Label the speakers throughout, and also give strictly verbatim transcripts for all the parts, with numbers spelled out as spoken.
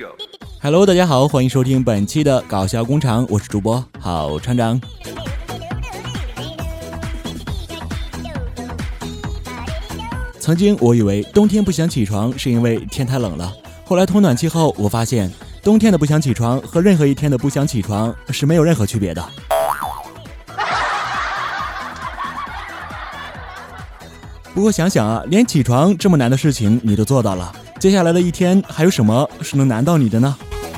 Speaker 1: Hello， 大家好，欢迎收听本期的搞笑工厂，我是主播郝厂长。曾经我以为冬天不想起床是因为天太冷了，后来通暖气后，我发现冬天的不想起床和任何一天的不想起床是没有任何区别的。不过想想啊，连起床这么难的事情你都做到了，接下来的一天还有什么是能难到你的呢？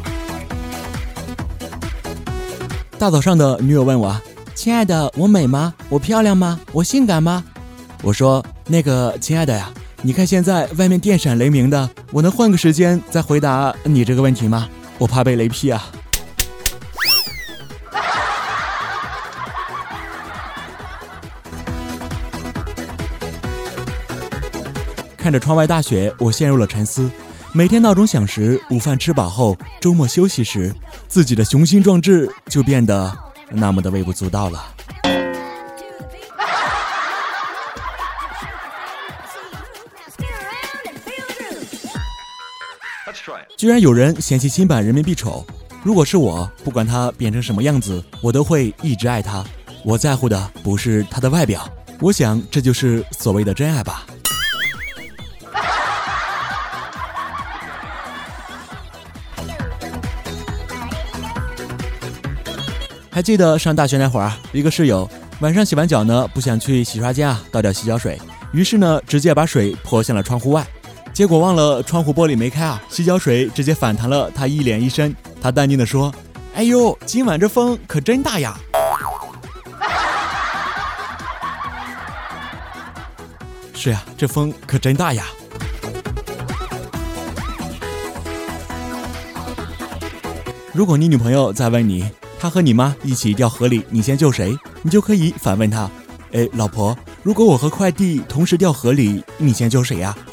Speaker 1: 大早上的女友问我，亲爱的，我美吗？我漂亮吗？我性感吗？我说，那个亲爱的呀，你看现在外面电闪雷鸣的，我能换个时间再回答你这个问题吗？我怕被雷劈啊。看着窗外大雪，我陷入了沉思。每天闹钟响时，午饭吃饱后，周末休息时，自己的雄心壮志就变得那么的微不足道了。居然有人嫌弃新版人民币丑，如果是我，不管它变成什么样子，我都会一直爱它。我在乎的不是它的外表，我想这就是所谓的真爱吧。还记得上大学那会儿，一个室友晚上洗完脚呢，不想去洗刷间啊倒掉洗脚水，于是呢直接把水泼向了窗户外，结果忘了窗户玻璃没开啊，洗脚水直接反弹了他一脸一身。他淡定地说，哎呦，今晚这风可真大呀。是呀，这风可真大呀。如果你女朋友再问你，她和你妈一起掉河里，你先救谁？你就可以反问她，哎，老婆，如果我和快递同时掉河里，你先救谁呀？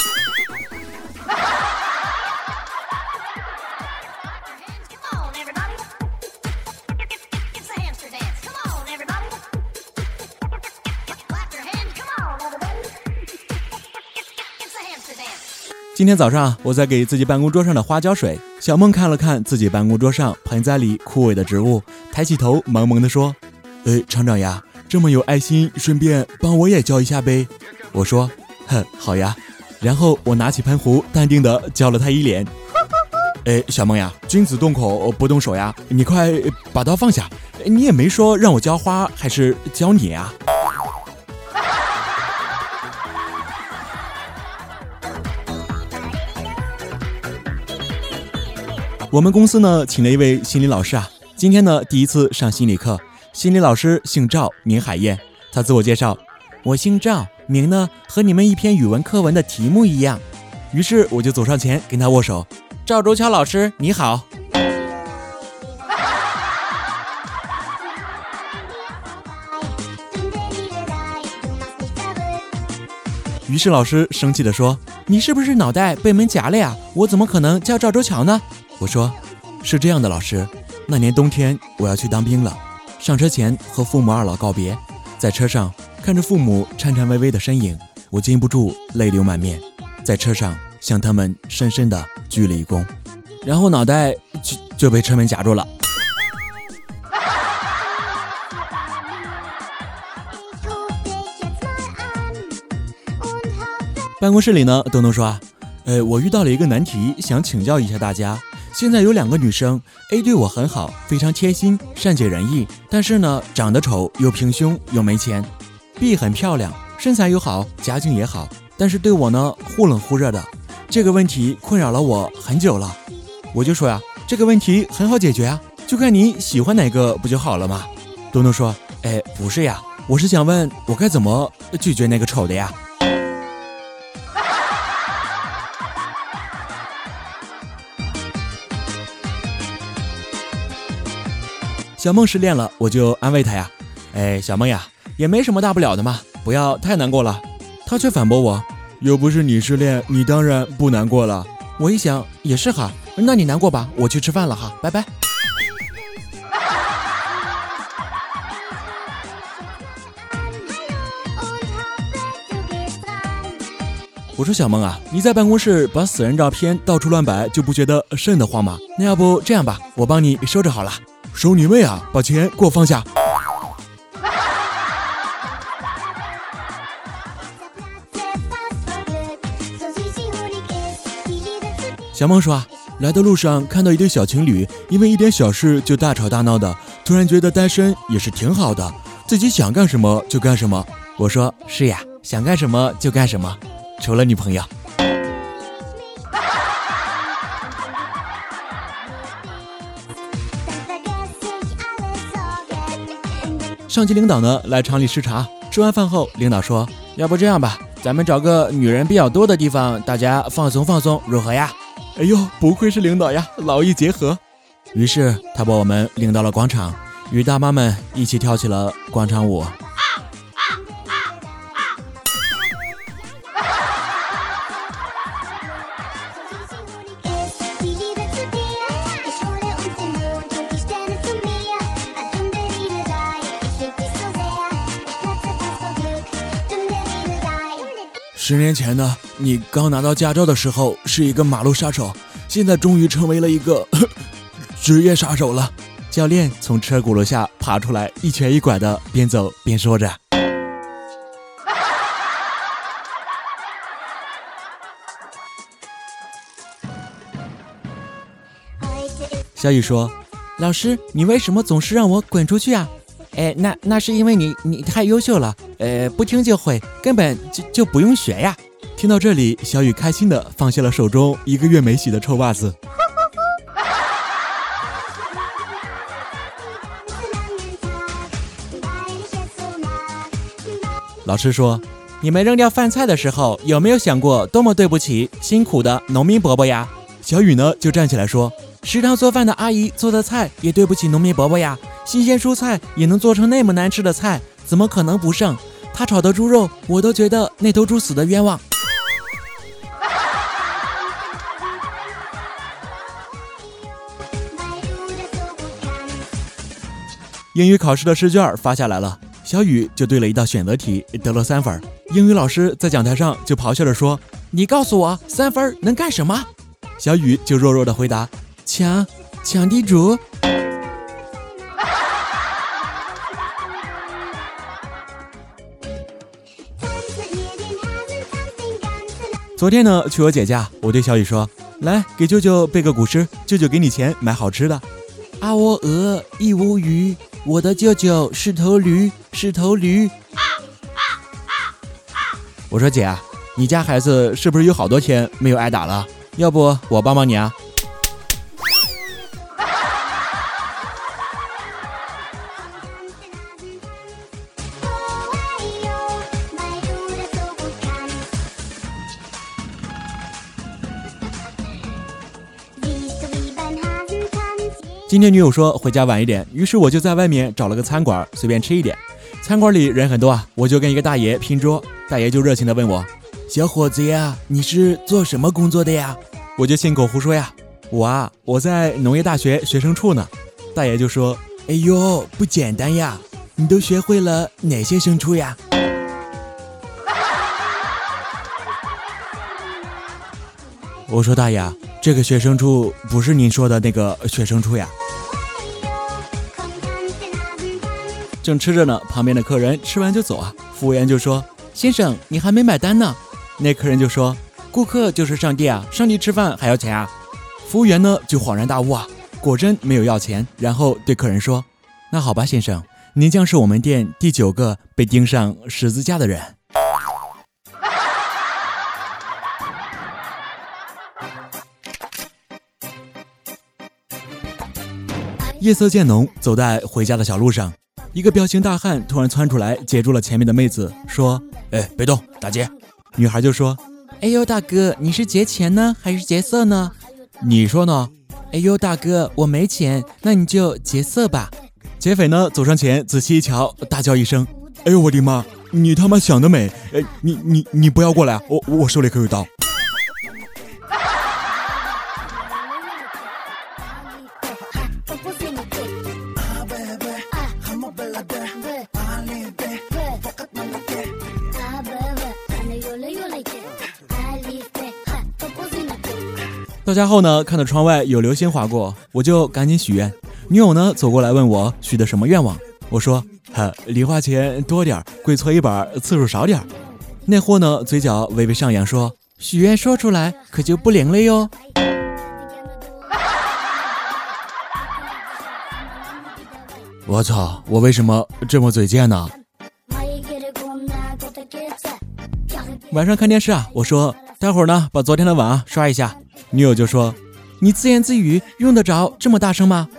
Speaker 1: 今天早上我在给自己办公桌上的花浇水，小梦看了看自己办公桌上盆栽里枯萎的植物，抬起头萌萌地说，哎，厂长呀，这么有爱心，顺便帮我也浇一下呗。我说，哼，好呀。然后我拿起喷壶，淡定地浇了他一脸。哎，小梦呀，君子动口不动手呀，你快把刀放下，你也没说让我浇花还是浇你呀。我们公司呢请了一位心理老师啊，今天呢第一次上心理课。心理老师姓赵，名海燕。他自我介绍，我姓赵，名呢和你们一篇语文课文的题目一样。于是我就走上前跟他握手，赵周桥老师你好。于是老师生气地说，你是不是脑袋被门夹了呀？我怎么可能叫赵周桥呢？我说，是这样的，老师，那年冬天我要去当兵了，上车前和父母二老告别，在车上看着父母颤颤巍巍的身影，我禁不住泪流满面，在车上向他们深深的鞠了一躬，然后脑袋就就被车门夹住了。办公室里呢，东东说啊，呃，我遇到了一个难题，想请教一下大家。现在有两个女生 ，A 对我很好，非常贴心，善解人意，但是呢，长得丑，又平胸，又没钱。B 很漂亮，身材又好，家境也好，但是对我呢，忽冷忽热的。这个问题困扰了我很久了。我就说呀，这个问题很好解决啊，就看你喜欢哪个不就好了吗？东东说，哎，不是呀，我是想问我该怎么拒绝那个丑的呀。小梦失恋了，我就安慰她呀，哎，小梦呀，也没什么大不了的嘛，不要太难过了。她却反驳我，又不是你失恋，你当然不难过了。我一想，也是哈，那你难过吧，我去吃饭了哈，拜拜。我我说小梦啊，你在办公室把死人照片到处乱摆，就不觉得瘆得慌吗？那要不这样吧，我帮你收着好了。收你妹啊！把钱给我放下。小梦说啊，来的路上看到一对小情侣，因为一点小事就大吵大闹的，突然觉得单身也是挺好的，自己想干什么就干什么。我说是呀，想干什么就干什么，除了女朋友。上级领导呢来厂里视察，吃完饭后，领导说，要不这样吧，咱们找个女人比较多的地方，大家放松放松，如何呀？哎呦，不愧是领导呀，劳逸结合。于是他把我们领到了广场，与大妈们一起跳起了广场舞。十年前呢，你刚拿到驾照的时候是一个马路杀手，现在终于成为了一个呵职业杀手了。教练从车轱辘下爬出来，一瘸一拐的边走边说着。小雨说，老师，你为什么总是让我滚出去啊？哎，那那是因为你你太优秀了，呃，不听就会，根本就就不用学呀。听到这里，小雨开心的放下了手中一个月没洗的臭袜子。老师说，你们扔掉饭菜的时候，有没有想过多么对不起辛苦的农民伯伯呀？小雨呢就站起来说，食堂做饭的阿姨做的菜也对不起农民伯伯呀，新鲜蔬菜也能做成那么难吃的菜，怎么可能不剩？他炒的猪肉，我都觉得那头猪死的冤枉。英语考试的试卷发下来了，小雨就对了一道选择题，得了三分。英语老师在讲台上就咆哮着说，你告诉我三分能干什么？小雨就弱弱的回答，抢抢地主。昨天呢去我姐家，我对小雨说，来给舅舅背个古诗，舅舅给你钱买好吃的。阿窝鹅一无鱼，我的舅舅是头驴，是头驴。我说姐啊，你家孩子是不是有好多天没有挨打了？要不我帮帮你啊？今天女友说回家晚一点，于是我就在外面找了个餐馆随便吃一点。餐馆里人很多啊，我就跟一个大爷拼桌，大爷就热情地问我，小伙子呀，你是做什么工作的呀？我就信口胡说呀，我啊，我在农业大学学生处呢。大爷就说，哎呦，不简单呀，你都学会了哪些牲畜呀？我说大爷，这个学生处不是您说的那个学生处呀。正吃着呢，旁边的客人吃完就走啊，服务员就说，先生你还没买单呢。那客人就说，顾客就是上帝啊，上帝吃饭还要钱啊。服务员呢就恍然大悟啊，果真没有要钱，然后对客人说，那好吧先生，您将是我们店第九个被钉上十字架的人。夜色渐浓，走在回家的小路上，一个彪形大汉突然窜出来，截住了前面的妹子，说，哎，别动，打劫。女孩就说，哎呦大哥，你是劫钱呢还是劫色呢？你说呢？哎呦大哥，我没钱，那你就劫色吧。劫匪呢走上前仔细一瞧，大叫一声，哎呦我的妈，你他妈想得美，哎，你你你不要过来，我我手里可有刀。 到家后呢，看到窗外有流星划过，我就赶紧许愿。女友呢走过来问我许的什么愿望，我说哈，零花钱多点，跪搓衣板次数少点。那货呢嘴角微微上扬说，许愿说出来可就不灵了哟。我操，我为什么这么嘴贱呢？晚上看电视啊，我说待会儿呢把昨天的碗刷一下。女友就说，你自言自语用得着这么大声吗？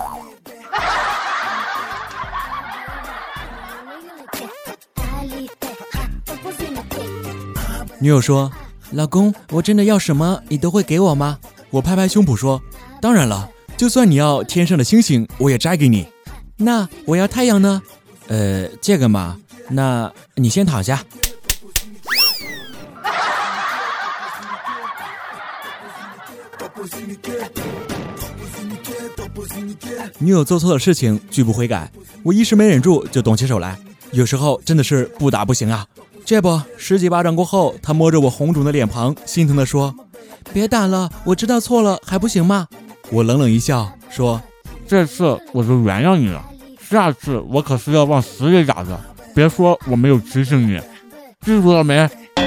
Speaker 1: 女友说，老公，我真的要什么你都会给我吗？我拍拍胸脯说，当然了，就算你要天上的星星我也摘给你。那我要太阳呢？呃，这个嘛，那你先躺下。女友做错的事情拒不悔改，我一时没忍住就动起手来。有时候真的是不打不行啊。这不，十几巴掌过后，她摸着我红肿的脸庞，心疼地说，别打了，我知道错了还不行吗？我冷冷一笑说，
Speaker 2: 这次我就原谅你了，下次我可是要往死里打的，别说我没有提醒你，记住了没？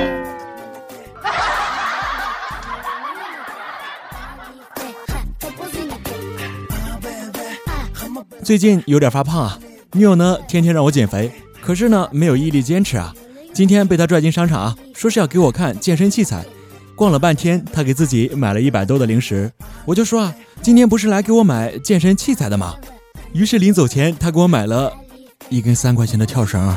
Speaker 1: 最近有点发胖啊，女友呢天天让我减肥，可是呢没有毅力坚持啊。今天被她拽进商场啊，说是要给我看健身器材，逛了半天，她给自己买了一百多的零食。我就说啊，今天不是来给我买健身器材的吗？于是临走前，她给我买了一根三块钱的跳绳。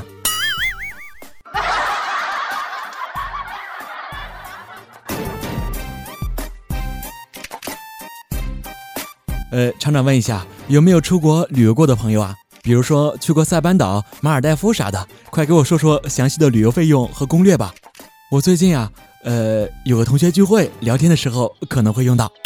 Speaker 1: 呃，厂长问一下，有没有出国旅游过的朋友啊？比如说去过塞班岛、马尔代夫啥的，快给我说说详细的旅游费用和攻略吧。我最近啊，呃，有个同学聚会，聊天的时候可能会用到。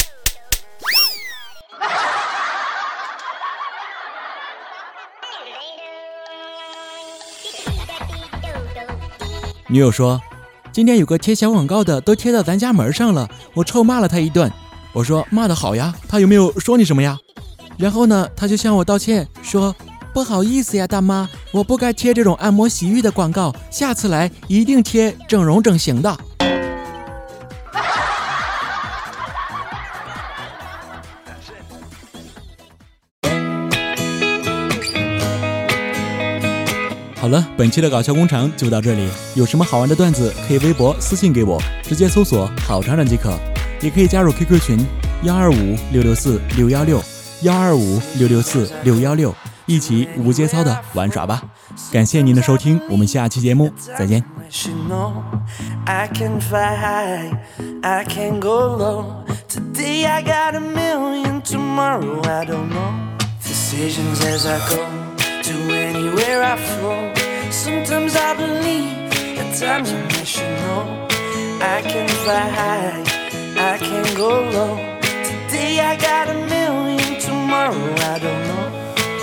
Speaker 1: 女友说，今天有个贴小广告的都贴到咱家门上了，我臭骂了他一顿。我说骂得好呀，他有没有说你什么呀？然后呢，他就向我道歉说，不好意思呀大妈，我不该贴这种按摩洗浴的广告，下次来一定贴整容整形的。好了，本期的搞笑工厂就到这里，有什么好玩的段子可以微博私信给我，直接搜索好厂长即可，也可以加入 Q Q 群幺二五六六四六幺六幺二五六六四六幺六，一起无节操的玩耍吧。感谢您的收听，我们下期节目再见。Sometimes I believe, at times I wish you know I can fly high, I can go low. Today I got a million, tomorrow I don't know.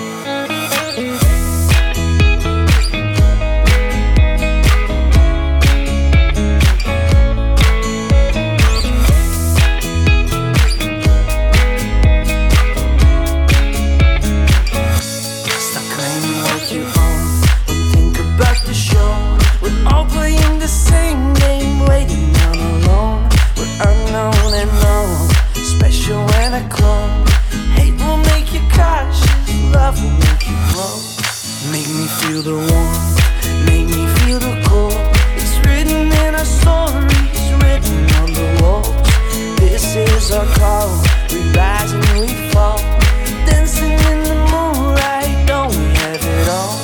Speaker 1: Stop claiming what you own, the show. We're all playing the same game, waiting on alone. We're unknown and known, special when I clone. Hate will make you cautious, love will make you grow. Make me feel the warmth, make me feel the cold. It's written in our stories, written on the walls. This is our call, we rise and we fall. Dancing in the moonlight, don't we have it all?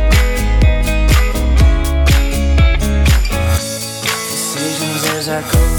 Speaker 1: I go